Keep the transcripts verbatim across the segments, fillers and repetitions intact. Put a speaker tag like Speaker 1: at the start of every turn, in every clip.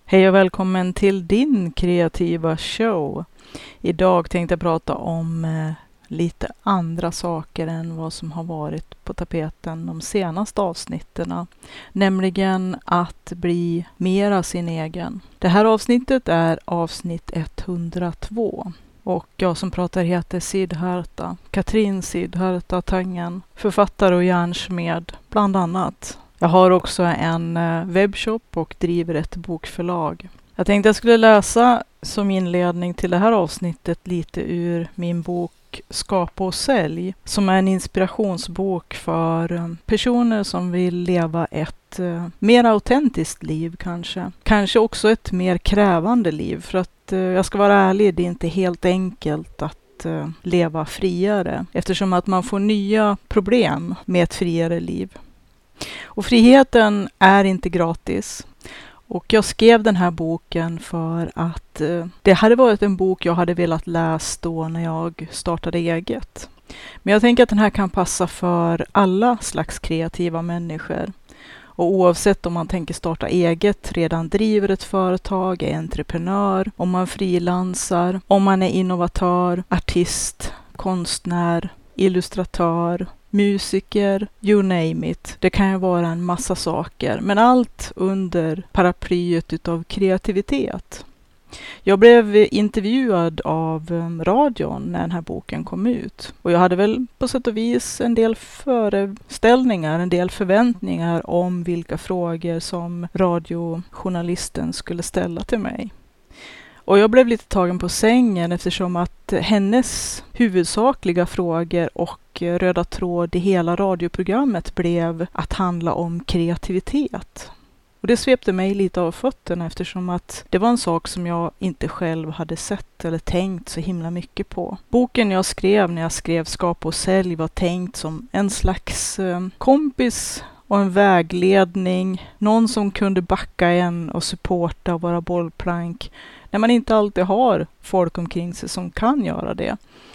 Speaker 1: Hej och välkommen till din kreativa show. Idag tänkte jag prata om eh, lite andra saker än vad som har varit på tapeten de senaste avsnitten. Nämligen att bli mera sin egen. Det här avsnittet är avsnitt etthundratvå. Och jag som pratar heter Siddharta, Katrin Siddharta Tangen, författare och järnsmed bland annat. Jag har också en webbshop och driver ett bokförlag. Jag tänkte jag skulle läsa som inledning till det här avsnittet lite ur min bok Skapa och sälj, som är en inspirationsbok för personer som vill leva ett mer autentiskt liv kanske. Kanske också ett mer krävande liv, för att jag ska vara ärlig, det är inte helt enkelt att leva friare, eftersom att man får nya problem med ett friare liv. Och friheten är inte gratis. Och jag skrev den här boken för att eh, det hade varit en bok jag hade velat läsa då när jag startade eget. Men jag tänker att den här kan passa för alla slags kreativa människor. Och oavsett om man tänker starta eget, redan driver ett företag, är entreprenör, om man frilansar, om man är innovatör, artist, konstnär, illustratör, musiker, you name it. Det kan ju vara en massa saker, men allt under paraplyet utav kreativitet. Jag blev intervjuad av radion när den här boken kom ut. Och jag hade väl på sätt och vis en del föreställningar, en del förväntningar om vilka frågor som radiojournalisten skulle ställa till mig. Och jag blev lite tagen på sängen eftersom att hennes huvudsakliga frågor och röda tråd i hela radioprogrammet blev att handla om kreativitet. Och det svepte mig lite av fötterna eftersom att det var en sak som jag inte själv hade sett eller tänkt så himla mycket på. Boken jag skrev när jag skrev Skapa och sälj var tänkt som en slags eh, kompis och en vägledning. Någon som kunde backa en och supporta våra bollplank när man inte alltid har folk omkring sig som kan göra det.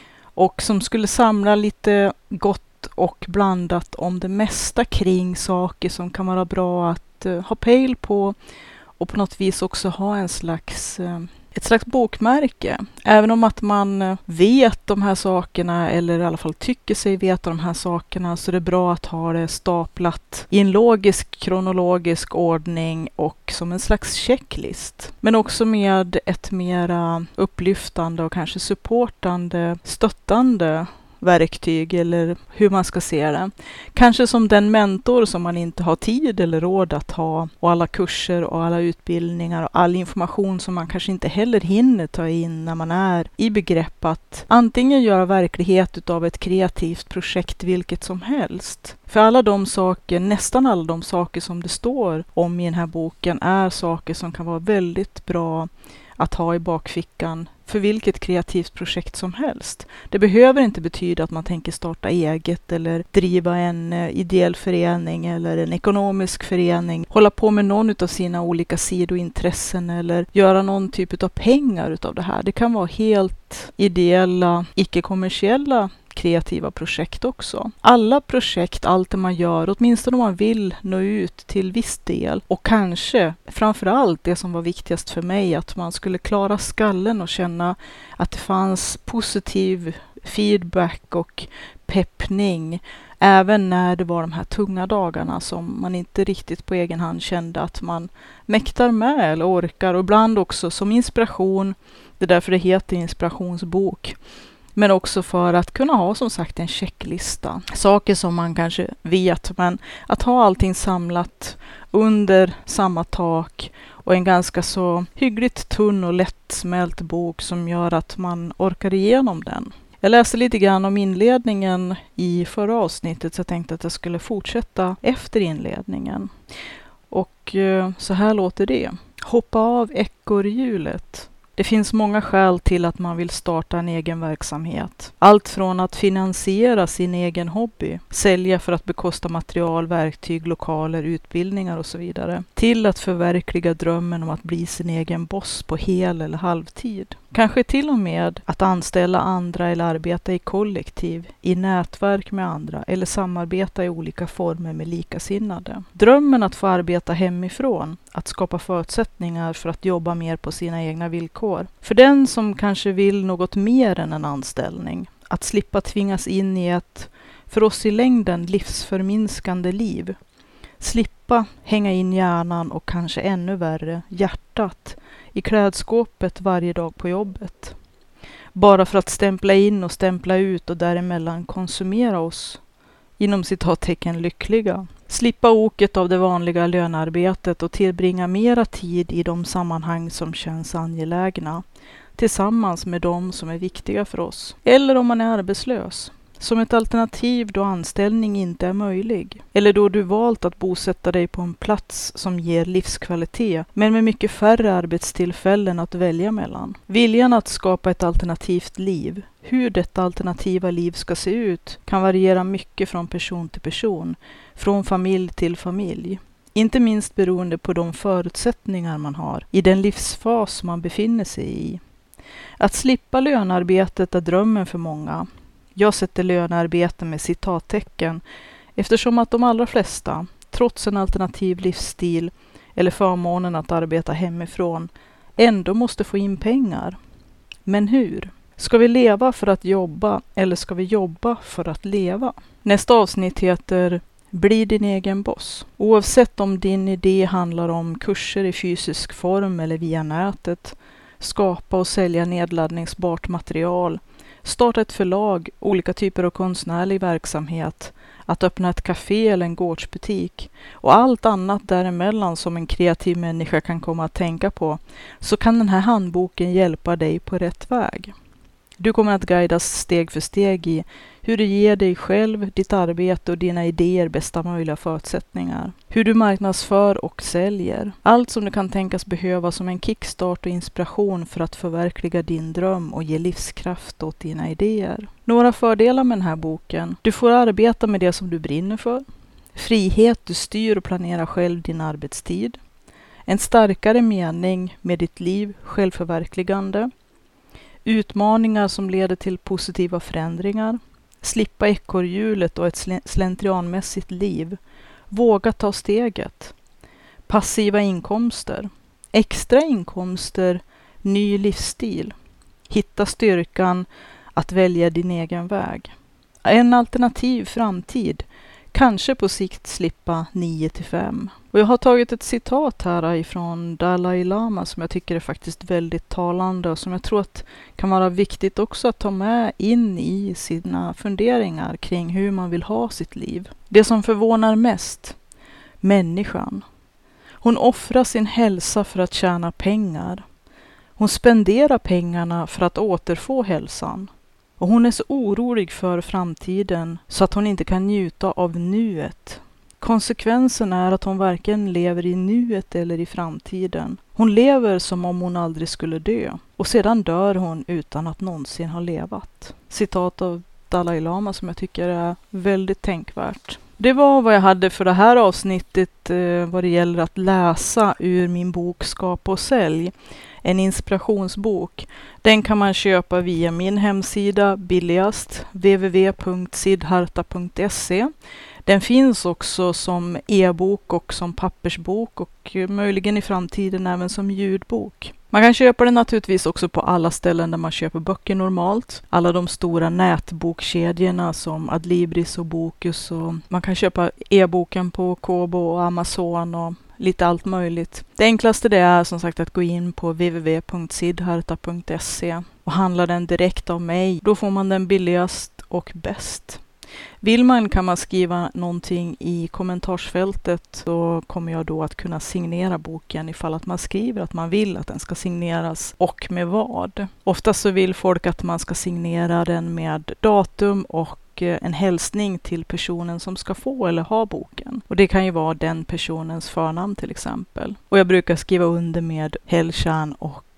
Speaker 1: Och som skulle samla lite gott och blandat om det mesta kring saker som kan vara bra att uh, ha pejl på. Och på något vis också ha en slags, uh, ett slags bokmärke. Även om att man uh, vet de här sakerna eller i alla fall tycker sig veta de här sakerna, så är det bra att ha det staplat i en logisk, kronologisk ordning och som en slags checklist. Men också med ett mera upplyftande och kanske supportande, stöttande verktyg eller hur man ska se det. Kanske som den mentor som man inte har tid eller råd att ha, och alla kurser och alla utbildningar och all information som man kanske inte heller hinner ta in när man är i begrepp att antingen göra verklighet utav ett kreativt projekt vilket som helst. För alla de saker, nästan alla de saker som det står om i den här boken är saker som kan vara väldigt bra att ha i bakfickan för vilket kreativt projekt som helst. Det behöver inte betyda att man tänker starta eget eller driva en ideell förening eller en ekonomisk förening, hålla på med någon av sina olika sidointressen eller göra någon typ av pengar utav det här. Det kan vara helt ideella, icke-kommersiella kreativa projekt också. Alla projekt, allt det man gör, åtminstone om man vill nå ut till viss del, och kanske framförallt det som var viktigast för mig, att man skulle klara skallen och känna att det fanns positiv feedback och peppning även när det var de här tunga dagarna som man inte riktigt på egen hand kände att man mäktar med eller orkar, och ibland också som inspiration. Det är därför det heter inspirationsbok. Men också för att kunna ha som sagt en checklista. Saker som man kanske vet, men att ha allting samlat under samma tak och en ganska så hyggligt tunn och lättsmält bok som gör att man orkar igenom den. Jag läste lite grann om inledningen i förra avsnittet, så jag tänkte att jag skulle fortsätta efter inledningen. Och så här låter det. Hoppa av ekorrhjulet. Det finns många skäl till att man vill starta en egen verksamhet. Allt från att finansiera sin egen hobby, sälja för att bekosta material, verktyg, lokaler, utbildningar och så vidare, till att förverkliga drömmen om att bli sin egen boss på hel eller halvtid. Kanske till och med att anställa andra eller arbeta i kollektiv, i nätverk med andra eller samarbeta i olika former med likasinnade. Drömmen att få arbeta hemifrån, att skapa förutsättningar för att jobba mer på sina egna villkor. För den som kanske vill något mer än en anställning, att slippa tvingas in i ett, för oss i längden, livsförminskande liv. Slippa hänga in hjärnan och kanske ännu värre, hjärtat i klädskåpet varje dag på jobbet. Bara för att stämpla in och stämpla ut och däremellan konsumera oss, inom citattecken lyckliga. Slippa oket av det vanliga lönearbetet och tillbringa mera tid i de sammanhang som känns angelägna, tillsammans med de som är viktiga för oss. Eller om man är arbetslös, som ett alternativ då anställning inte är möjlig. Eller då du valt att bosätta dig på en plats som ger livskvalitet, men med mycket färre arbetstillfällen att välja mellan. Viljan att skapa ett alternativt liv, hur detta alternativa liv ska se ut, kan variera mycket från person till person, från familj till familj. Inte minst beroende på de förutsättningar man har i den livsfas man befinner sig i. Att slippa lönearbetet är drömmen för många. Jag sätter lönearbete med citattecken eftersom att de allra flesta, trots en alternativ livsstil eller förmånen att arbeta hemifrån, ändå måste få in pengar. Men hur? Ska vi leva för att jobba eller ska vi jobba för att leva? Nästa avsnitt heter Bli din egen boss. Oavsett om din idé handlar om kurser i fysisk form eller via nätet, skapa och sälja nedladdningsbart material, starta ett förlag, olika typer av konstnärlig verksamhet, att öppna ett café eller en gårdsbutik och allt annat däremellan som en kreativ människa kan komma att tänka på, så kan den här handboken hjälpa dig på rätt väg. Du kommer att guidas steg för steg i hur du ger dig själv, ditt arbete och dina idéer bästa möjliga förutsättningar. Hur du marknadsför och säljer. Allt som du kan tänkas behöva som en kickstart och inspiration för att förverkliga din dröm och ge livskraft åt dina idéer. Några fördelar med den här boken. Du får arbeta med det som du brinner för. Frihet, du styr och planerar själv din arbetstid. En starkare mening med ditt liv, självförverkligande. Utmaningar som leder till positiva förändringar. Slippa ekorrhjulet och ett slentrianmässigt liv. Våga ta steget. Passiva inkomster. Extra inkomster. Ny livsstil. Hitta styrkan att välja din egen väg. En alternativ framtid. Kanske på sikt slippa nio till fem. Och jag har tagit ett citat här ifrån Dalai Lama som jag tycker är faktiskt väldigt talande och som jag tror att kan vara viktigt också att ta med in i sina funderingar kring hur man vill ha sitt liv. Det som förvånar mest, människan. Hon offrar sin hälsa för att tjäna pengar. Hon spenderar pengarna för att återfå hälsan. Och hon är så orolig för framtiden så att hon inte kan njuta av nuet. Konsekvensen är att hon varken lever i nuet eller i framtiden. Hon lever som om hon aldrig skulle dö. Och sedan dör hon utan att någonsin ha levat. Citat av Dalai Lama som jag tycker är väldigt tänkvärt. Det var vad jag hade för det här avsnittet eh, vad det gäller att läsa ur min bok Skapa och sälj. En inspirationsbok. Den kan man köpa via min hemsida billigast w w w punkt siddharta punkt se. Den finns också som e-bok och som pappersbok och möjligen i framtiden även som ljudbok. Man kan köpa den naturligtvis också på alla ställen där man köper böcker normalt. Alla de stora nätbokkedjorna som Adlibris och Bokus. Och man kan köpa e-boken på Kobo och Amazon och lite allt möjligt. Det enklaste det är som sagt att gå in på w w w punkt siddharta punkt se och handla den direkt av mig. Då får man den billigast och bäst. Vill man kan man skriva någonting i kommentarsfältet, så kommer jag då att kunna signera boken ifall att man skriver att man vill att den ska signeras och med vad. Oftast så vill folk att man ska signera den med datum och en hälsning till personen som ska få eller ha boken. Och det kan ju vara den personens förnamn till exempel. Och jag brukar skriva under med Hellkärn och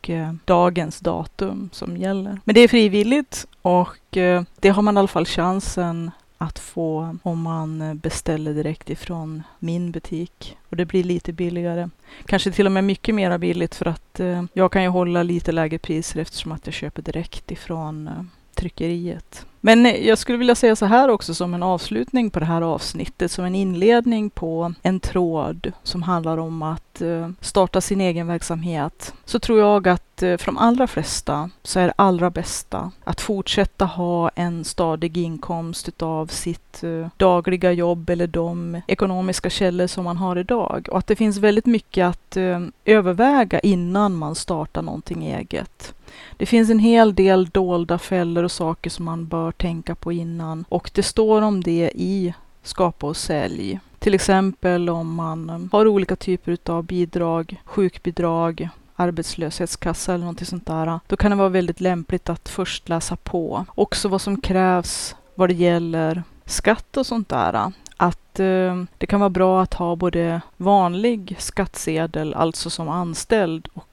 Speaker 1: och eh, dagens datum som gäller. Men det är frivilligt och eh, det har man i alla fall chansen att få om man beställer direkt ifrån min butik. Och det blir lite billigare. Kanske till och med mycket mer billigt för att eh, jag kan ju hålla lite lägre priser eftersom att jag köper direkt ifrån eh, tryckeriet. Men jag skulle vilja säga så här också som en avslutning på det här avsnittet, som en inledning på en tråd som handlar om att uh, starta sin egen verksamhet. Så tror jag att uh, för de allra flesta så är det allra bästa att fortsätta ha en stadig inkomst utav sitt uh, dagliga jobb eller de ekonomiska källor som man har idag. Och att det finns väldigt mycket att uh, överväga innan man startar någonting eget. Det finns en hel del dolda fällor och saker som man bör tänka på innan. Och det står om det i Skapa och sälj. Till exempel om man har olika typer av bidrag, sjukbidrag, arbetslöshetskassa eller något sånt där. Då kan det vara väldigt lämpligt att först läsa på. Också vad som krävs vad det gäller skatt och sånt där. Att eh, det kan vara bra att ha både vanlig skattsedel, alltså som anställd, och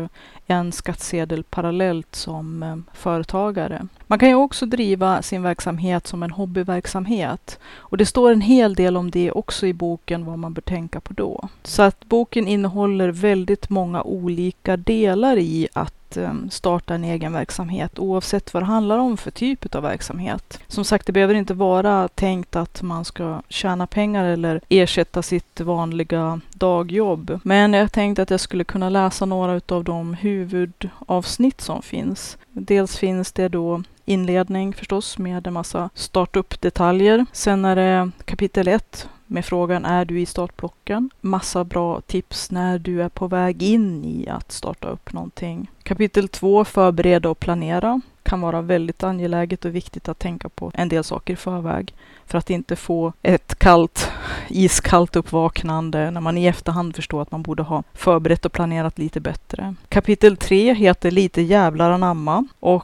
Speaker 1: en skattsedel parallellt som företagare. Man kan ju också driva sin verksamhet som en hobbyverksamhet. Och det står en hel del om det också i boken, vad man bör tänka på då. Så att boken innehåller väldigt många olika delar i att starta en egen verksamhet, oavsett vad det handlar om för typ av verksamhet. Som sagt, det behöver inte vara tänkt att man ska tjäna pengar eller ersätta sitt vanliga dagjobb. Men jag tänkte att jag skulle kunna läsa några av de huvudavsnitt som finns. Dels finns det då inledning förstås med en massa startup-detaljer. Sen är det kapitel ett med frågan: är du i startblocken? Massa bra tips när du är på väg in i att starta upp någonting. Kapitel två, förbereda och planera. Kan vara väldigt angeläget och viktigt att tänka på en del saker i förväg för att inte få ett kallt, iskallt uppvaknande när man i efterhand förstår att man borde ha förberett och planerat lite bättre. Kapitel tre heter lite jävlar anamma och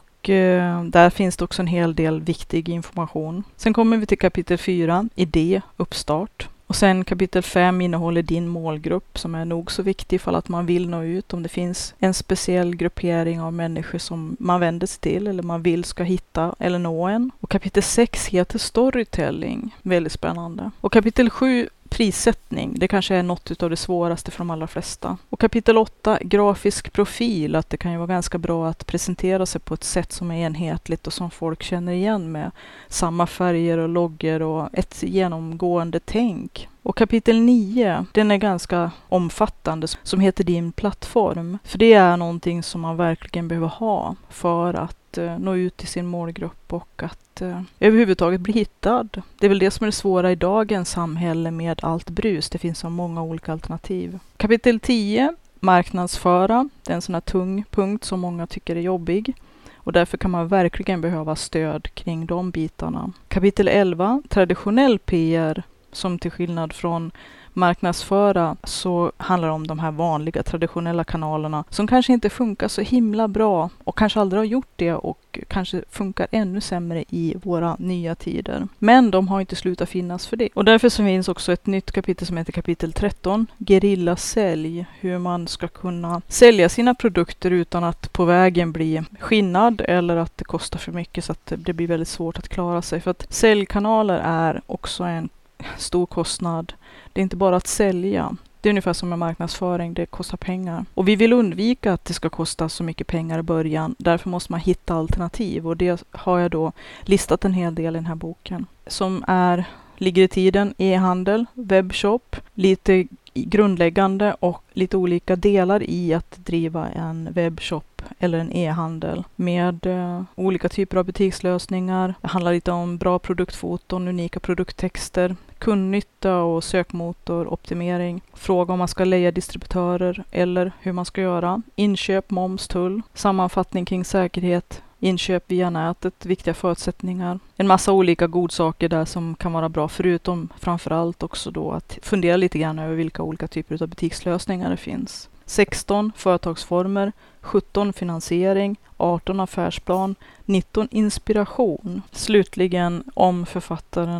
Speaker 1: där finns det också en hel del viktig information. Sen kommer vi till kapitel fyra, idé, uppstart. Och sen kapitel fem innehåller din målgrupp som är nog så viktig ifall att man vill nå ut. Om det finns en speciell gruppering av människor som man vänder sig till eller man vill ska hitta eller nå en. Och kapitel sex heter storytelling. Väldigt spännande. Och kapitel sju, prissättning. Det kanske är något av det svåraste för de allra flesta. Och kapitel åtta, grafisk profil. Att det kan ju vara ganska bra att presentera sig på ett sätt som är enhetligt och som folk känner igen med samma färger och loggor och ett genomgående tänk. Och kapitel nio, den är ganska omfattande, som heter din plattform. För det är någonting som man verkligen behöver ha för att uh, nå ut till sin målgrupp och att uh, överhuvudtaget bli hittad. Det är väl det som är det svåra i dagens samhälle med allt brus. Det finns så många olika alternativ. Kapitel tio, marknadsföra. Det är en sån här tung punkt som många tycker är jobbig. Och därför kan man verkligen behöva stöd kring de bitarna. Kapitel elva, traditionell P R. Som till skillnad från marknadsföra så handlar det om de här vanliga traditionella kanalerna som kanske inte funkar så himla bra och kanske aldrig har gjort det och kanske funkar ännu sämre i våra nya tider. Men de har inte slutat finnas för det. Och därför så finns också ett nytt kapitel som heter kapitel tretton, gerilla sälj. Hur man ska kunna sälja sina produkter utan att på vägen bli skinnad eller att det kostar för mycket så att det blir väldigt svårt att klara sig. För att säljkanaler är också en stor kostnad. Det är inte bara att sälja. Det är ungefär som med marknadsföring. Det kostar pengar. Och vi vill undvika att det ska kosta så mycket pengar i början. Därför måste man hitta alternativ. Och det har jag då listat en hel del i den här boken. Som är, ligger i tiden, e-handel, webbshop, lite grundläggande och lite olika delar i att driva en webbshop eller en e-handel med uh, olika typer av butikslösningar. Det handlar lite om bra produktfoton, unika produkttexter, kundnytta och sökmotoroptimering. Fråga om man ska leja distributörer eller hur man ska göra. Inköp, moms, tull, sammanfattning kring säkerhet, inköp via nätet, viktiga förutsättningar. En massa olika godsaker där som kan vara bra, förutom framförallt också då att fundera lite grann över vilka olika typer av butikslösningar det finns. sexton företagsformer, sjutton finansiering, arton affärsplan, nitton inspiration. Slutligen om författaren och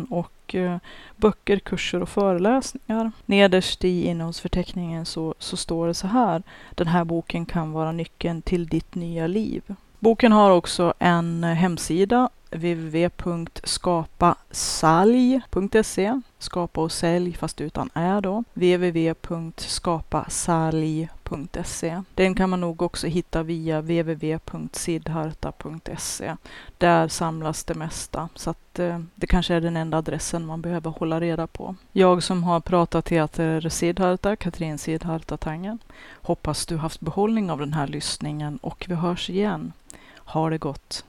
Speaker 1: och eh, böcker, kurser och föreläsningar. Nederst i innehållsförteckningen så, så står det så här: den här boken kan vara nyckeln till ditt nya liv. Boken har också en hemsida, w w w punkt skapa salj punkt se. Skapa och sälj fast utan ä då. w w w punkt skapa salj punkt se. Den kan man nog också hitta via w w w punkt siddharta punkt se. Där samlas det mesta, så att eh, det kanske är den enda adressen man behöver hålla reda på. Jag som har pratat heter Siddharta, Katrin Siddharta Tangen. Hoppas du haft behållning av den här lyssningen och vi hörs igen. Ha det gott!